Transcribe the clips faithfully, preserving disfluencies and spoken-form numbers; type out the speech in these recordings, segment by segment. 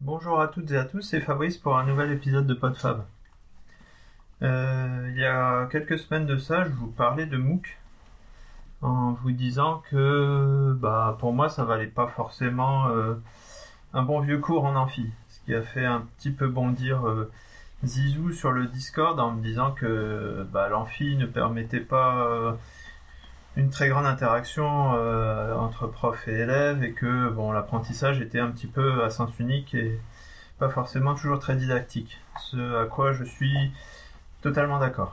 Bonjour à toutes et à tous, c'est Fabrice pour un nouvel épisode de PodFab. Euh, il y a quelques semaines de ça, je vous parlais de MOOC en vous disant que bah, pour moi ça valait pas forcément euh, un bon vieux cours en amphi, ce qui a fait un petit peu bondir euh, Zizou sur le Discord en me disant que bah, l'amphi ne permettait pas euh, une très grande interaction euh, entre prof et élève et que bon, l'apprentissage était un petit peu à sens unique et pas forcément toujours très didactique, ce à quoi je suis totalement d'accord.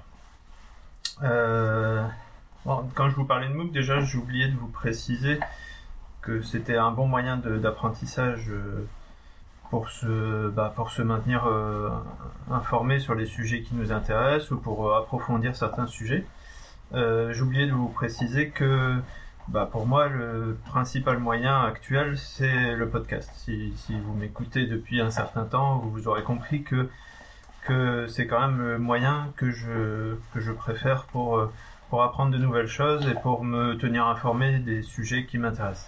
Euh, bon, quand je vous parlais de MOOC, déjà j'ai oublié de vous préciser que c'était un bon moyen de, d'apprentissage euh, pour, se, bah, pour se maintenir euh, informé sur les sujets qui nous intéressent ou pour euh, approfondir certains sujets. Euh, j'ai oublié de vous préciser que bah, pour moi le principal moyen actuel c'est le podcast. Si, si vous m'écoutez depuis un certain temps, vous aurez compris que, que c'est quand même le moyen que je, que je préfère pour, pour apprendre de nouvelles choses et pour me tenir informé des sujets qui m'intéressent.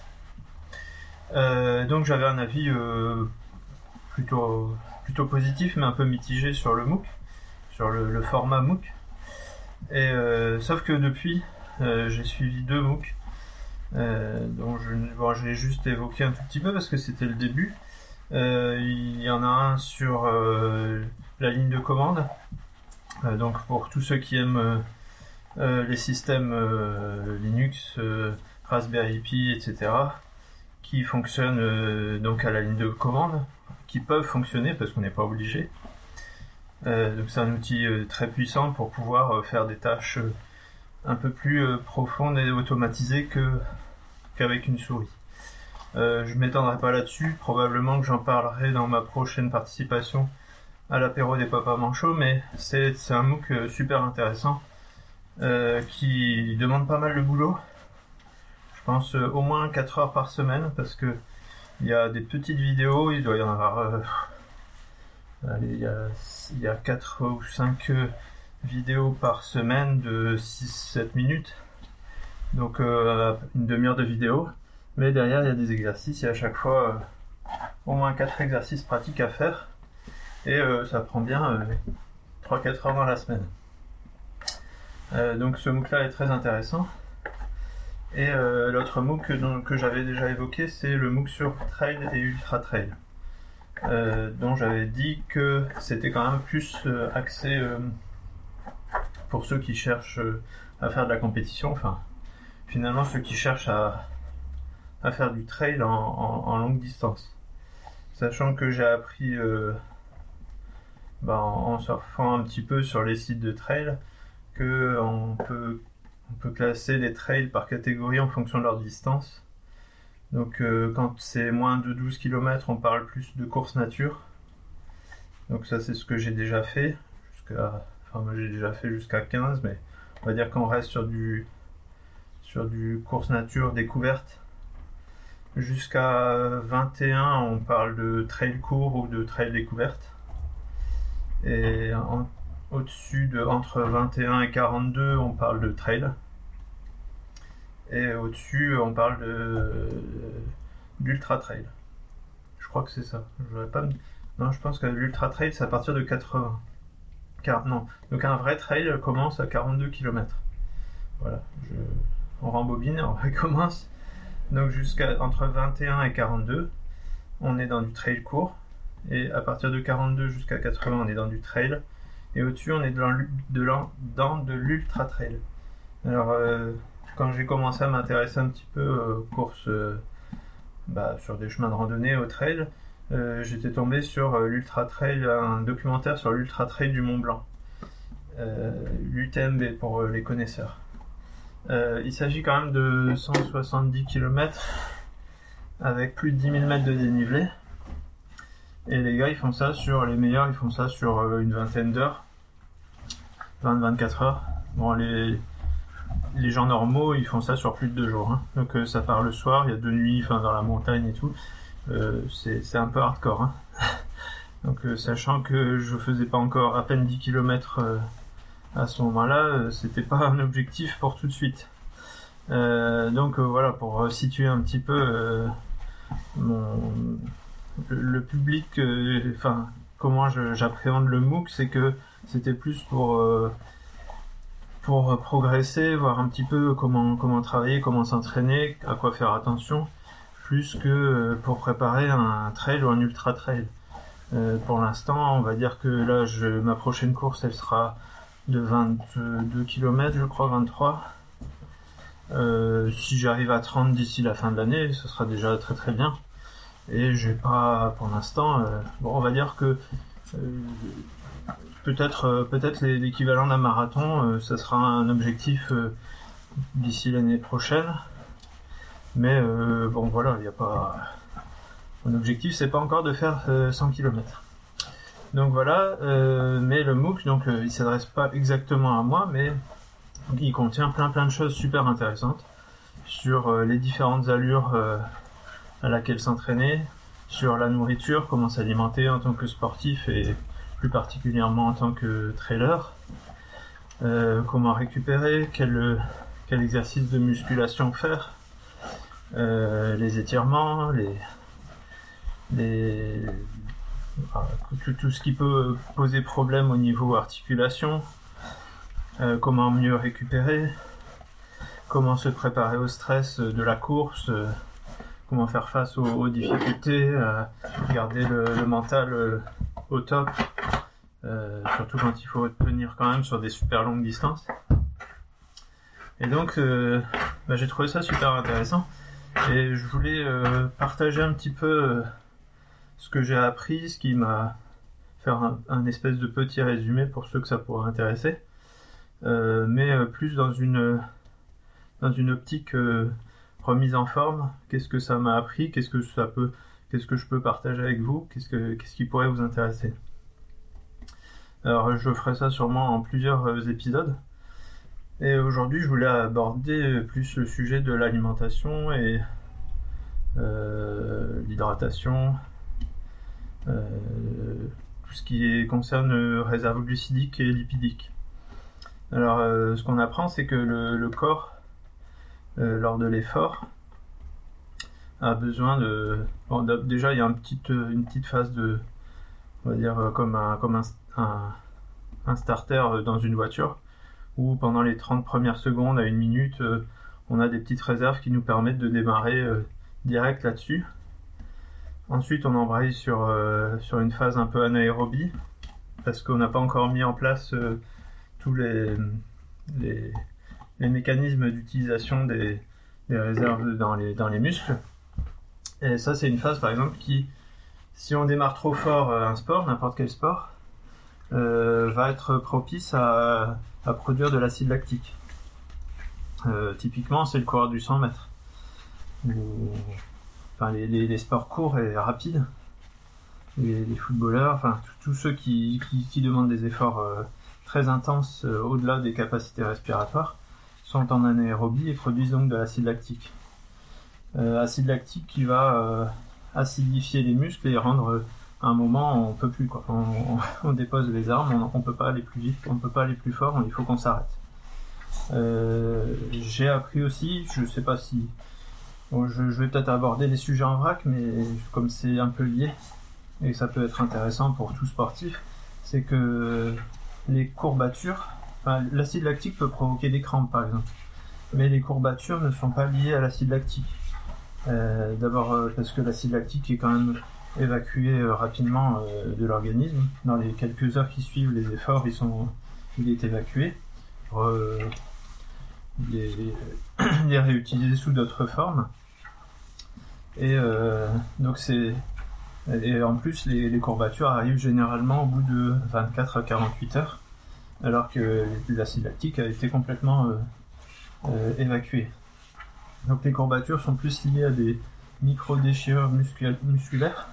Euh, donc j'avais un avis euh, plutôt, plutôt positif mais un peu mitigé sur le MOOC, sur le, le format MOOC. Et euh, sauf que depuis, euh, j'ai suivi deux MOOC, euh, dont je, bon, je l'ai juste évoqué un tout petit peu parce que c'était le début. Euh, il y en a un sur euh, la ligne de commande, euh, donc pour tous ceux qui aiment euh, les systèmes euh, Linux, euh, Raspberry Pi, et cetera, qui fonctionnent euh, donc à la ligne de commande, qui peuvent fonctionner parce qu'on n'est pas obligé. Euh, donc c'est un outil euh, très puissant pour pouvoir euh, faire des tâches euh, un peu plus euh, profondes et automatisées que, qu'avec une souris. Euh, je ne m'étendrai pas là-dessus, probablement que j'en parlerai dans ma prochaine participation à l'apéro des papas manchots, mais c'est, c'est un MOOC euh, super intéressant euh, qui demande pas mal de boulot. Je pense euh, au moins quatre heures par semaine parce que il y a des petites vidéos, il doit y en avoir... Euh, Allez, il y a, il y a quatre ou cinq vidéos par semaine de six sept minutes. Donc euh, une demi-heure de vidéo. Mais derrière, il y a des exercices. Il y a à chaque fois euh, au moins quatre exercices pratiques à faire. Et euh, ça prend bien euh, trois quatre heures dans la semaine. Euh, donc ce MOOC-là est très intéressant. Et euh, l'autre MOOC que, que j'avais déjà évoqué, c'est le MOOC sur Trail et Ultra Trail. Euh, dont j'avais dit que c'était quand même plus euh, axé euh, pour ceux qui cherchent euh, à faire de la compétition, enfin finalement ceux qui cherchent à, à faire du trail en, en, en longue distance. Sachant que j'ai appris euh, bah, en, en surfant un petit peu sur les sites de trail que on peut, on peut classer les trails par catégorie en fonction de leur distance. Donc euh, quand c'est moins de douze kilomètres, on parle plus de course nature. Donc ça c'est ce que j'ai déjà fait. Jusqu'à, enfin moi j'ai déjà fait jusqu'à quinze, mais on va dire qu'on reste sur du sur du course nature découverte. Jusqu'à vingt et un, on parle de trail court ou de trail découverte. Et en, au-dessus de entre vingt et un et quarante-deux, on parle de trail. Et au-dessus, on parle de d'ultra trail. Je crois que c'est ça. Je pas... Non, je pense que l'ultra trail, c'est à partir de quatre-vingts. Car... Non. Donc un vrai trail commence à quarante-deux kilomètres. Voilà. Je... On rembobine, on recommence. Donc jusqu'à entre vingt et un et quarante-deux, on est dans du trail court. Et à partir de quarante-deux jusqu'à quatre-vingts, on est dans du trail. Et au-dessus, on est dans, de, dans de l'ultra trail. Alors... Euh... Quand j'ai commencé à m'intéresser un petit peu aux courses euh, bah, sur des chemins de randonnée, au trail, euh, j'étais tombé sur euh, l'Ultra Trail, un documentaire sur l'Ultra Trail du Mont Blanc, euh, l'U T M B pour euh, les connaisseurs. Euh, il s'agit quand même de cent soixante-dix kilomètres avec plus de dix mille mètres de dénivelé. Et les gars, ils font ça sur, les meilleurs, ils font ça sur euh, une vingtaine d'heures, vingt à vingt-quatre heures. Bon, les... Les gens normaux, ils font ça sur plus de deux jours. Hein. Donc euh, ça part le soir, il y a deux nuits, enfin dans la montagne et tout. Euh, c'est, c'est un peu hardcore. Hein. Donc euh, sachant que je faisais pas encore à peine dix kilomètres euh, à ce moment-là, euh, c'était pas un objectif pour tout de suite. Euh, donc euh, voilà, pour situer un petit peu euh, mon, le, le public, euh, enfin comment je, j'appréhende le MOOC, c'est que c'était plus pour euh, pour progresser, voir un petit peu comment comment travailler, comment s'entraîner, à quoi faire attention, plus que euh, pour préparer un trail ou un ultra trail. Euh, pour l'instant, on va dire que là, je, ma prochaine course, elle sera de vingt-deux kilomètres, je crois, vingt-trois. Euh, si j'arrive à trente d'ici la fin de l'année, ce sera déjà très très bien. Et j'ai pas, pour l'instant, euh, bon, on va dire que euh, peut-être euh, peut-être l'équivalent d'un marathon, euh, ça sera un objectif euh, d'ici l'année prochaine. Mais euh, bon, voilà, il n'y a pas. Mon objectif, c'est pas encore de faire euh, cent kilomètres. Donc voilà, euh, mais le MOOC, donc euh, il s'adresse pas exactement à moi, mais il contient plein plein de choses super intéressantes sur euh, les différentes allures euh, à laquelle s'entraîner, sur la nourriture, comment s'alimenter en tant que sportif et plus particulièrement en tant que trailer, euh, comment récupérer, quel, quel exercice de musculation faire, euh, les étirements, les, les, tout, tout ce qui peut poser problème au niveau articulation, euh, comment mieux récupérer, comment se préparer au stress de la course, euh, comment faire face aux, aux difficultés, euh, garder le, le mental euh, au top, euh, surtout quand il faut tenir quand même sur des super longues distances. Et donc euh, bah, j'ai trouvé ça super intéressant et je voulais euh, partager un petit peu euh, ce que j'ai appris, ce qui m'a faire un, un espèce de petit résumé pour ceux que ça pourrait intéresser, euh, mais euh, plus dans une dans une optique euh, remise en forme. Qu'est-ce que ça m'a appris, qu'est-ce que ça peut, qu'est-ce que je peux partager avec vous, qu'est-ce que qu'est-ce qui pourrait vous intéresser. Alors je ferai ça sûrement en plusieurs épisodes. Et aujourd'hui je voulais aborder plus le sujet de l'alimentation et euh, l'hydratation, euh, tout ce qui concerne le réserve glucidique et lipidique. Alors euh, ce qu'on apprend, c'est que le, le corps euh, lors de l'effort a besoin de... Bon, déjà il y a une petite, une petite phase de, on va dire comme un, comme un, un, un starter dans une voiture, où pendant les trente premières secondes à une minute, euh, on a des petites réserves qui nous permettent de démarrer euh, direct là-dessus. Ensuite, on embraye sur, euh, sur une phase un peu anaérobie, parce qu'on n'a pas encore mis en place euh, tous les, les, les mécanismes d'utilisation des, des réserves dans les, dans les muscles. Et ça, c'est une phase, par exemple, qui, si on démarre trop fort un sport, n'importe quel sport, euh, va être propice à à produire de l'acide lactique. Euh, typiquement, c'est le coureur du cent mètres. Ou, enfin, les, les, les sports courts et rapides, les, les footballeurs, enfin, tous ceux qui, qui, qui demandent des efforts euh, très intenses euh, au-delà des capacités respiratoires, sont en anaérobie et produisent donc de l'acide lactique. Euh, acide lactique qui va euh, acidifier les muscles et rendre euh, à un moment on peut plus quoi. On, on, on dépose les armes, on, on peut pas aller plus vite, on peut pas aller plus fort, il faut qu'on s'arrête. Euh, j'ai appris aussi, je sais pas si bon, je, je vais peut-être aborder les sujets en vrac, mais comme c'est un peu lié et ça peut être intéressant pour tout sportif, c'est que les courbatures, enfin, l'acide lactique peut provoquer des crampes par exemple, mais les courbatures ne sont pas liées à l'acide lactique. Euh, d'abord euh, parce que l'acide lactique est quand même évacué euh, rapidement euh, de l'organisme. Dans les quelques heures qui suivent les efforts, ils sont, il est évacué. Euh, il, est, il est réutilisé sous d'autres formes. Et euh, donc c'est et en plus les, les courbatures arrivent généralement au bout de vingt-quatre à quarante-huit heures, alors que l'acide lactique a été complètement euh, euh, évacué. Donc les courbatures sont plus liées à des micro-déchirures muscul- musculaires,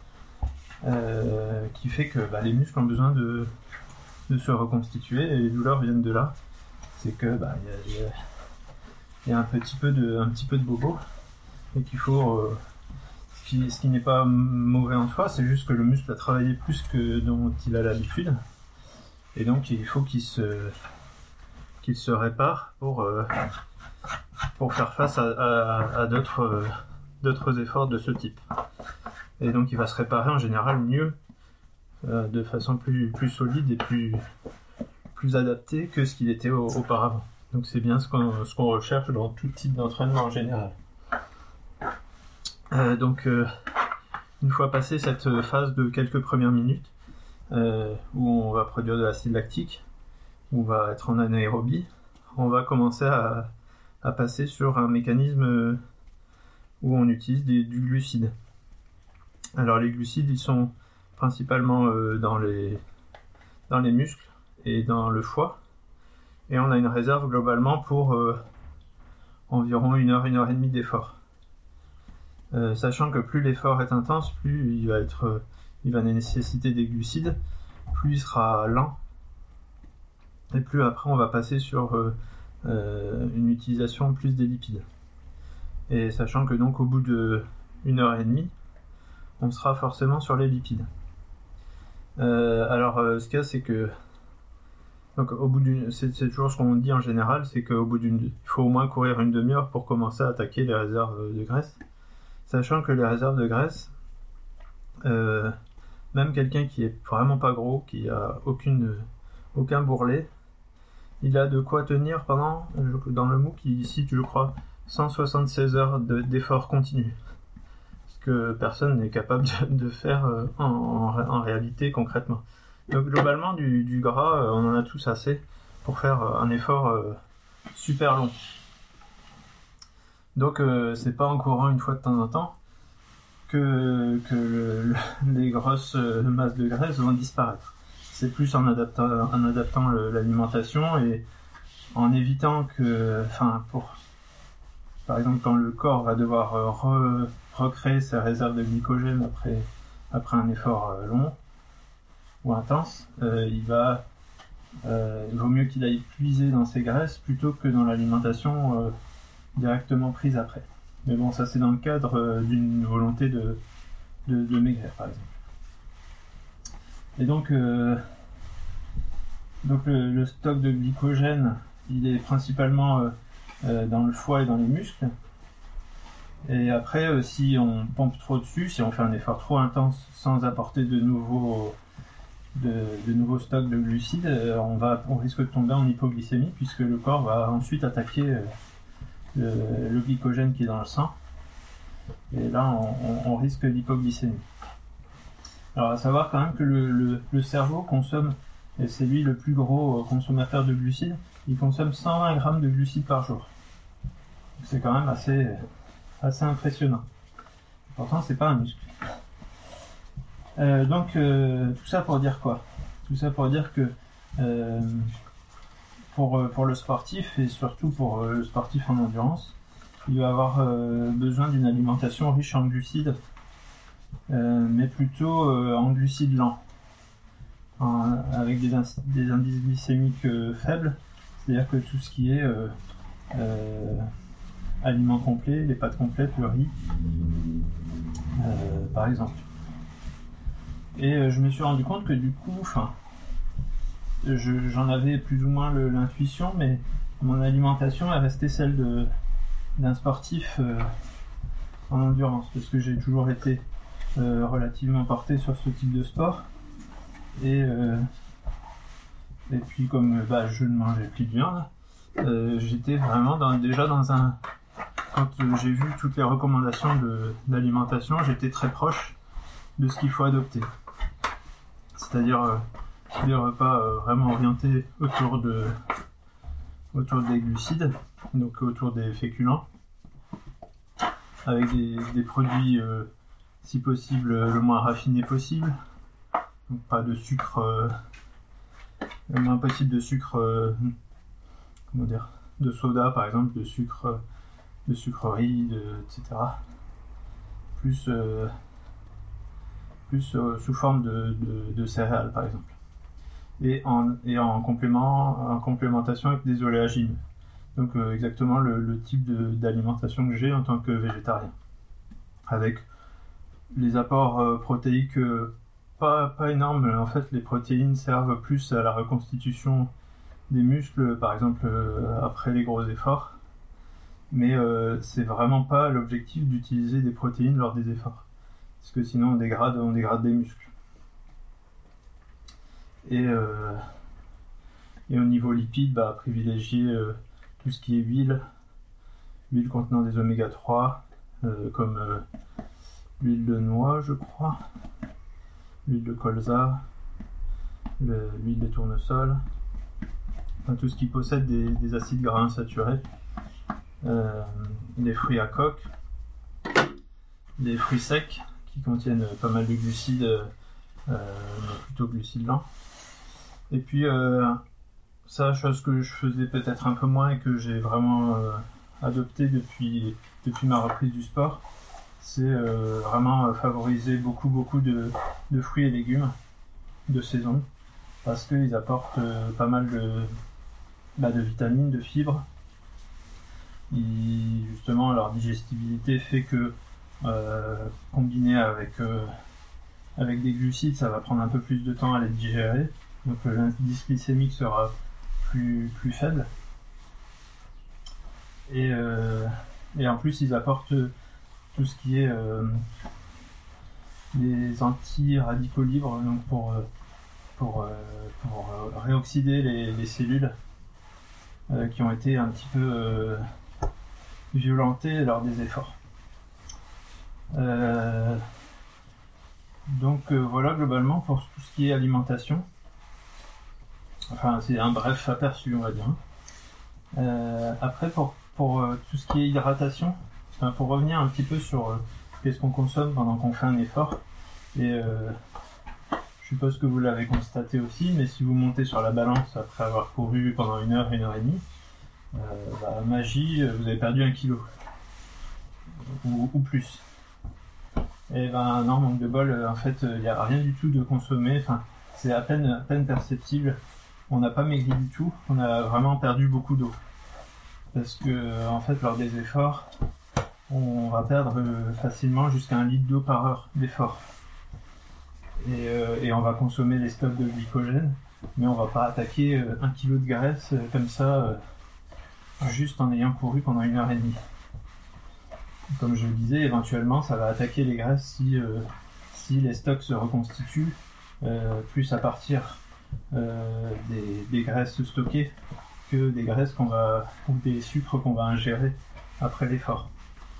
Euh, qui fait que bah, les muscles ont besoin de, de se reconstituer et les douleurs viennent de là. C'est que bah, y a, y a, y a un petit peu de un petit peu de bobo et qu'il faut euh, ce qui, ce qui n'est pas mauvais en soi, c'est juste que le muscle a travaillé plus que dont il a l'habitude et donc il faut qu'il se qu'il se répare pour euh, pour faire face à, à, à d'autres euh, d'autres efforts de ce type. et donc il va se réparer en général mieux, euh, de façon plus, plus solide et plus, plus adaptée que ce qu'il était au, auparavant. Donc c'est bien ce qu'on, ce qu'on recherche dans tout type d'entraînement en général. Euh, donc euh, une fois passé cette phase de quelques premières minutes, euh, où on va produire de l'acide lactique, où on va être en anaérobie, on va commencer à, à passer sur un mécanisme où on utilise des, du glucide. Alors les glucides, ils sont principalement euh, dans les, dans les muscles et dans le foie, et on a une réserve globalement pour euh, environ une heure, une heure et demie d'effort. Euh, sachant que plus l'effort est intense, plus il va être, euh, il va nécessiter des glucides, plus il sera lent, et plus après on va passer sur euh, euh, une utilisation plus des lipides. Et sachant que donc au bout de une heure et demie, on sera forcément sur les lipides. Euh, alors euh, ce qu'il y a, c'est que donc au bout d'une, c'est, c'est toujours ce qu'on dit en général, c'est qu'au bout d'une, il faut au moins courir une demi-heure pour commencer à attaquer les réserves de graisse. Sachant que les réserves de graisse, euh, même quelqu'un qui est vraiment pas gros, qui a aucune, aucun bourrelet, il a de quoi tenir pendant, dans le MOOC, il cite, je crois, cent soixante-seize heures de, d'effort continu. Ce que personne n'est capable de, de faire en, en, en réalité, concrètement. Donc globalement, du, du gras, on en a tous assez pour faire un effort euh, super long. Donc euh, c'est pas en courant une fois de temps en temps que, que le, le, les grosses masses de graisse vont disparaître. C'est plus en adaptant, en adaptant le, l'alimentation et en évitant que, enfin, pour, par exemple, quand le corps va devoir re, recréer ses réserves de glycogène après, après un effort long ou intense, euh, il va, euh, il vaut mieux qu'il aille puiser dans ses graisses plutôt que dans l'alimentation euh, directement prise après. Mais bon, ça c'est dans le cadre euh, d'une volonté de, de, de maigrir, par exemple. Et donc, euh, donc le, le stock de glycogène, il est principalement euh, euh, dans le foie et dans les muscles. Et après, euh, si on pompe trop dessus, si on fait un effort trop intense sans apporter de nouveaux, de, de nouveaux stocks de glucides, euh, on, va, on risque de tomber en hypoglycémie puisque le corps va ensuite attaquer euh, le, le glycogène qui est dans le sang. Et là, on, on, on risque l'hypoglycémie. Alors, à savoir quand même que le, le, le cerveau consomme, et c'est lui le plus gros consommateur de glucides, il consomme cent vingt grammes de glucides par jour. C'est quand même assez, assez impressionnant. Pourtant, c'est pas un muscle. Euh, donc, euh, tout ça pour dire quoi ? Tout ça pour dire que euh, pour, pour le sportif, et surtout pour le sportif en endurance, il va avoir euh, besoin d'une alimentation riche en glucides, euh, mais plutôt euh, en glucides lents, en, avec des, ins- des indices glycémiques euh, faibles, c'est-à-dire que tout ce qui est euh, euh, aliments complets, les pâtes complètes, le riz, euh, par exemple. Et euh, je me suis rendu compte que du coup, enfin, je, j'en avais plus ou moins le, l'intuition, mais mon alimentation est restée celle de, d'un sportif euh, en endurance, parce que j'ai toujours été euh, relativement porté sur ce type de sport. Et, euh, et puis comme bah, je ne mangeais plus de viande, euh, j'étais vraiment dans, déjà dans un... Quand euh, j'ai vu toutes les recommandations de, d'alimentation, j'étais très proche de ce qu'il faut adopter. C'est-à-dire euh, des repas euh, vraiment orientés autour de autour des glucides, donc autour des féculents, avec des, des produits euh, si possible le moins raffinés possible, donc pas de sucre, euh, le moins possible de sucre, euh, comment dire, de soda par exemple, de sucre, de sucreries, de, et cetera. Plus euh, plus euh, sous forme de, de, de céréales par exemple. Et en, et en complément, en complémentation avec des oléagineux. Donc euh, exactement le, le type de, d'alimentation que j'ai en tant que végétarien. Avec les apports euh, protéiques euh, pas, pas énormes. En fait, les protéines servent plus à la reconstitution des muscles, par exemple euh, après les gros efforts. Mais euh, c'est vraiment pas l'objectif d'utiliser des protéines lors des efforts. parce que sinon on dégrade, on dégrade des muscles. Et, euh, et au niveau lipides, bah, privilégier euh, tout ce qui est huile, huile contenant des oméga trois, euh, comme euh, l'huile de noix, je crois, l'huile de colza, le, l'huile de tournesol, enfin, tout ce qui possède des, des acides gras insaturés, euh, les fruits à coque, les fruits secs qui contiennent pas mal de glucides, euh, mais plutôt glucides lents. Et puis euh, ça, chose que je faisais peut-être un peu moins et que j'ai vraiment euh, adopté depuis, depuis ma reprise du sport, c'est euh, vraiment favoriser beaucoup beaucoup de, de fruits et légumes de saison, parce qu'ils apportent euh, pas mal de, bah, de vitamines, de fibres. Et justement, leur digestibilité fait que euh, combiné avec, euh, avec des glucides, ça va prendre un peu plus de temps à les digérer, donc l'indice glycémique sera plus, plus faible. Et, euh, et en plus, ils apportent tout ce qui est euh, les anti-radicaux libres, donc pour, pour, pour réoxyder les, les cellules euh, qui ont été un petit peu euh, violentées lors des efforts. Euh, donc euh, voilà globalement pour tout ce qui est alimentation. Enfin, c'est un bref aperçu, on va dire. Euh, après, pour, pour euh, tout ce qui est hydratation, enfin, pour revenir un petit peu sur euh, qu'est-ce qu'on consomme pendant qu'on fait un effort, et euh, je suppose que vous l'avez constaté aussi, mais si vous montez sur la balance après avoir couru pendant une heure, une heure et demie, euh, bah, magie, vous avez perdu un kilo, ou, ou plus. Et ben non, manque de bol, en fait, il n'y a rien du tout de consommé, enfin, c'est à peine, à peine perceptible. On n'a pas maigri du tout, on a vraiment perdu beaucoup d'eau. Parce que, en fait, lors des efforts, on va perdre facilement jusqu'à un litre d'eau par heure d'effort. Et, euh, et on va consommer les stocks de glycogène, mais on va pas attaquer un kilo de graisse comme ça, juste en ayant couru pendant une heure et demie. Comme je le disais, éventuellement, ça va attaquer les graisses si, euh, si les stocks se reconstituent, euh, plus à partir euh, des, des graisses stockées que des graisses qu'on va, ou des sucres qu'on va ingérer après l'effort.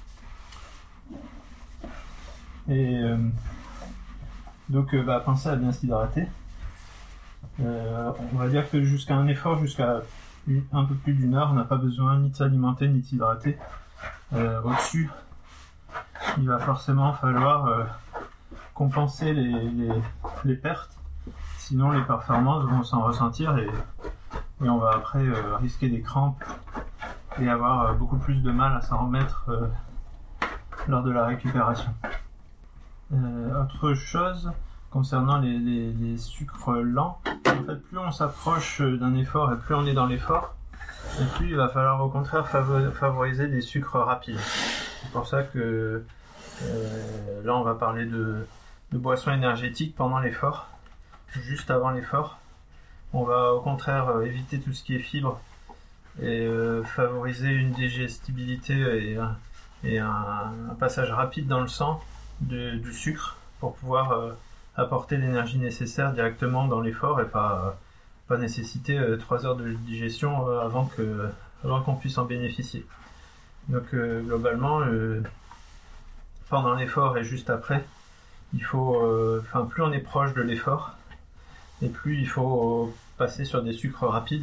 Et euh, donc, euh, bah, pensez à bien s'hydrater. Euh, on va dire que jusqu'à un effort, jusqu'à une, un peu plus d'une heure, on n'a pas besoin ni de s'alimenter ni de s'hydrater. Euh, au-dessus, il va forcément falloir euh, compenser les, les, les pertes, sinon les performances vont s'en ressentir et, et on va après euh, risquer des crampes et avoir euh, beaucoup plus de mal à s'en remettre euh, lors de la récupération. Euh, autre chose concernant les, les, les sucres lents, en fait plus on s'approche d'un effort et plus on est dans l'effort, et plus il va falloir au contraire favoriser des sucres rapides. C'est pour ça que euh, là on va parler de, de boissons énergétiques pendant l'effort, juste avant l'effort. On va au contraire euh, éviter tout ce qui est fibres et euh, favoriser une digestibilité et, et un, un passage rapide dans le sang de, du sucre pour pouvoir euh, apporter l'énergie nécessaire directement dans l'effort et pas, pas nécessiter euh, trois heures de digestion euh, avant, que, avant qu'on puisse en bénéficier. Donc euh, globalement, euh, pendant l'effort et juste après, il faut, enfin euh, plus on est proche de l'effort, et plus il faut passer sur des sucres rapides.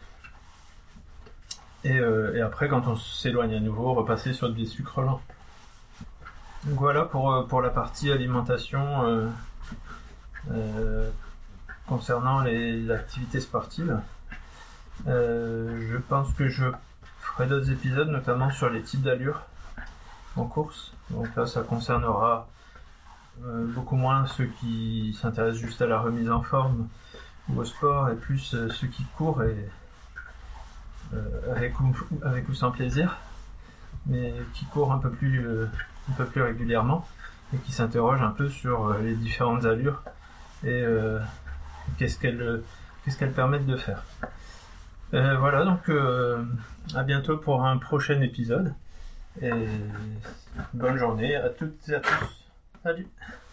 Et, euh, et après, quand on s'éloigne à nouveau, repasser sur des sucres lents. Donc voilà pour, pour la partie alimentation euh, euh, concernant les activités sportives. Euh, je pense que je ferai d'autres épisodes, notamment sur les types d'allures en course. Donc là, ça concernera euh, beaucoup moins ceux qui s'intéressent juste à la remise en forme ou au sport, et plus euh, ceux qui courent et euh, avec, ou, avec ou sans plaisir, mais qui courent un peu plus, euh, un peu plus régulièrement et qui s'interrogent un peu sur euh, les différentes allures et euh, qu'est-ce qu'elles, qu'est-ce qu'elles permettent de faire. Euh, voilà, donc euh, à bientôt pour un prochain épisode et bonne journée à toutes et à tous. Salut.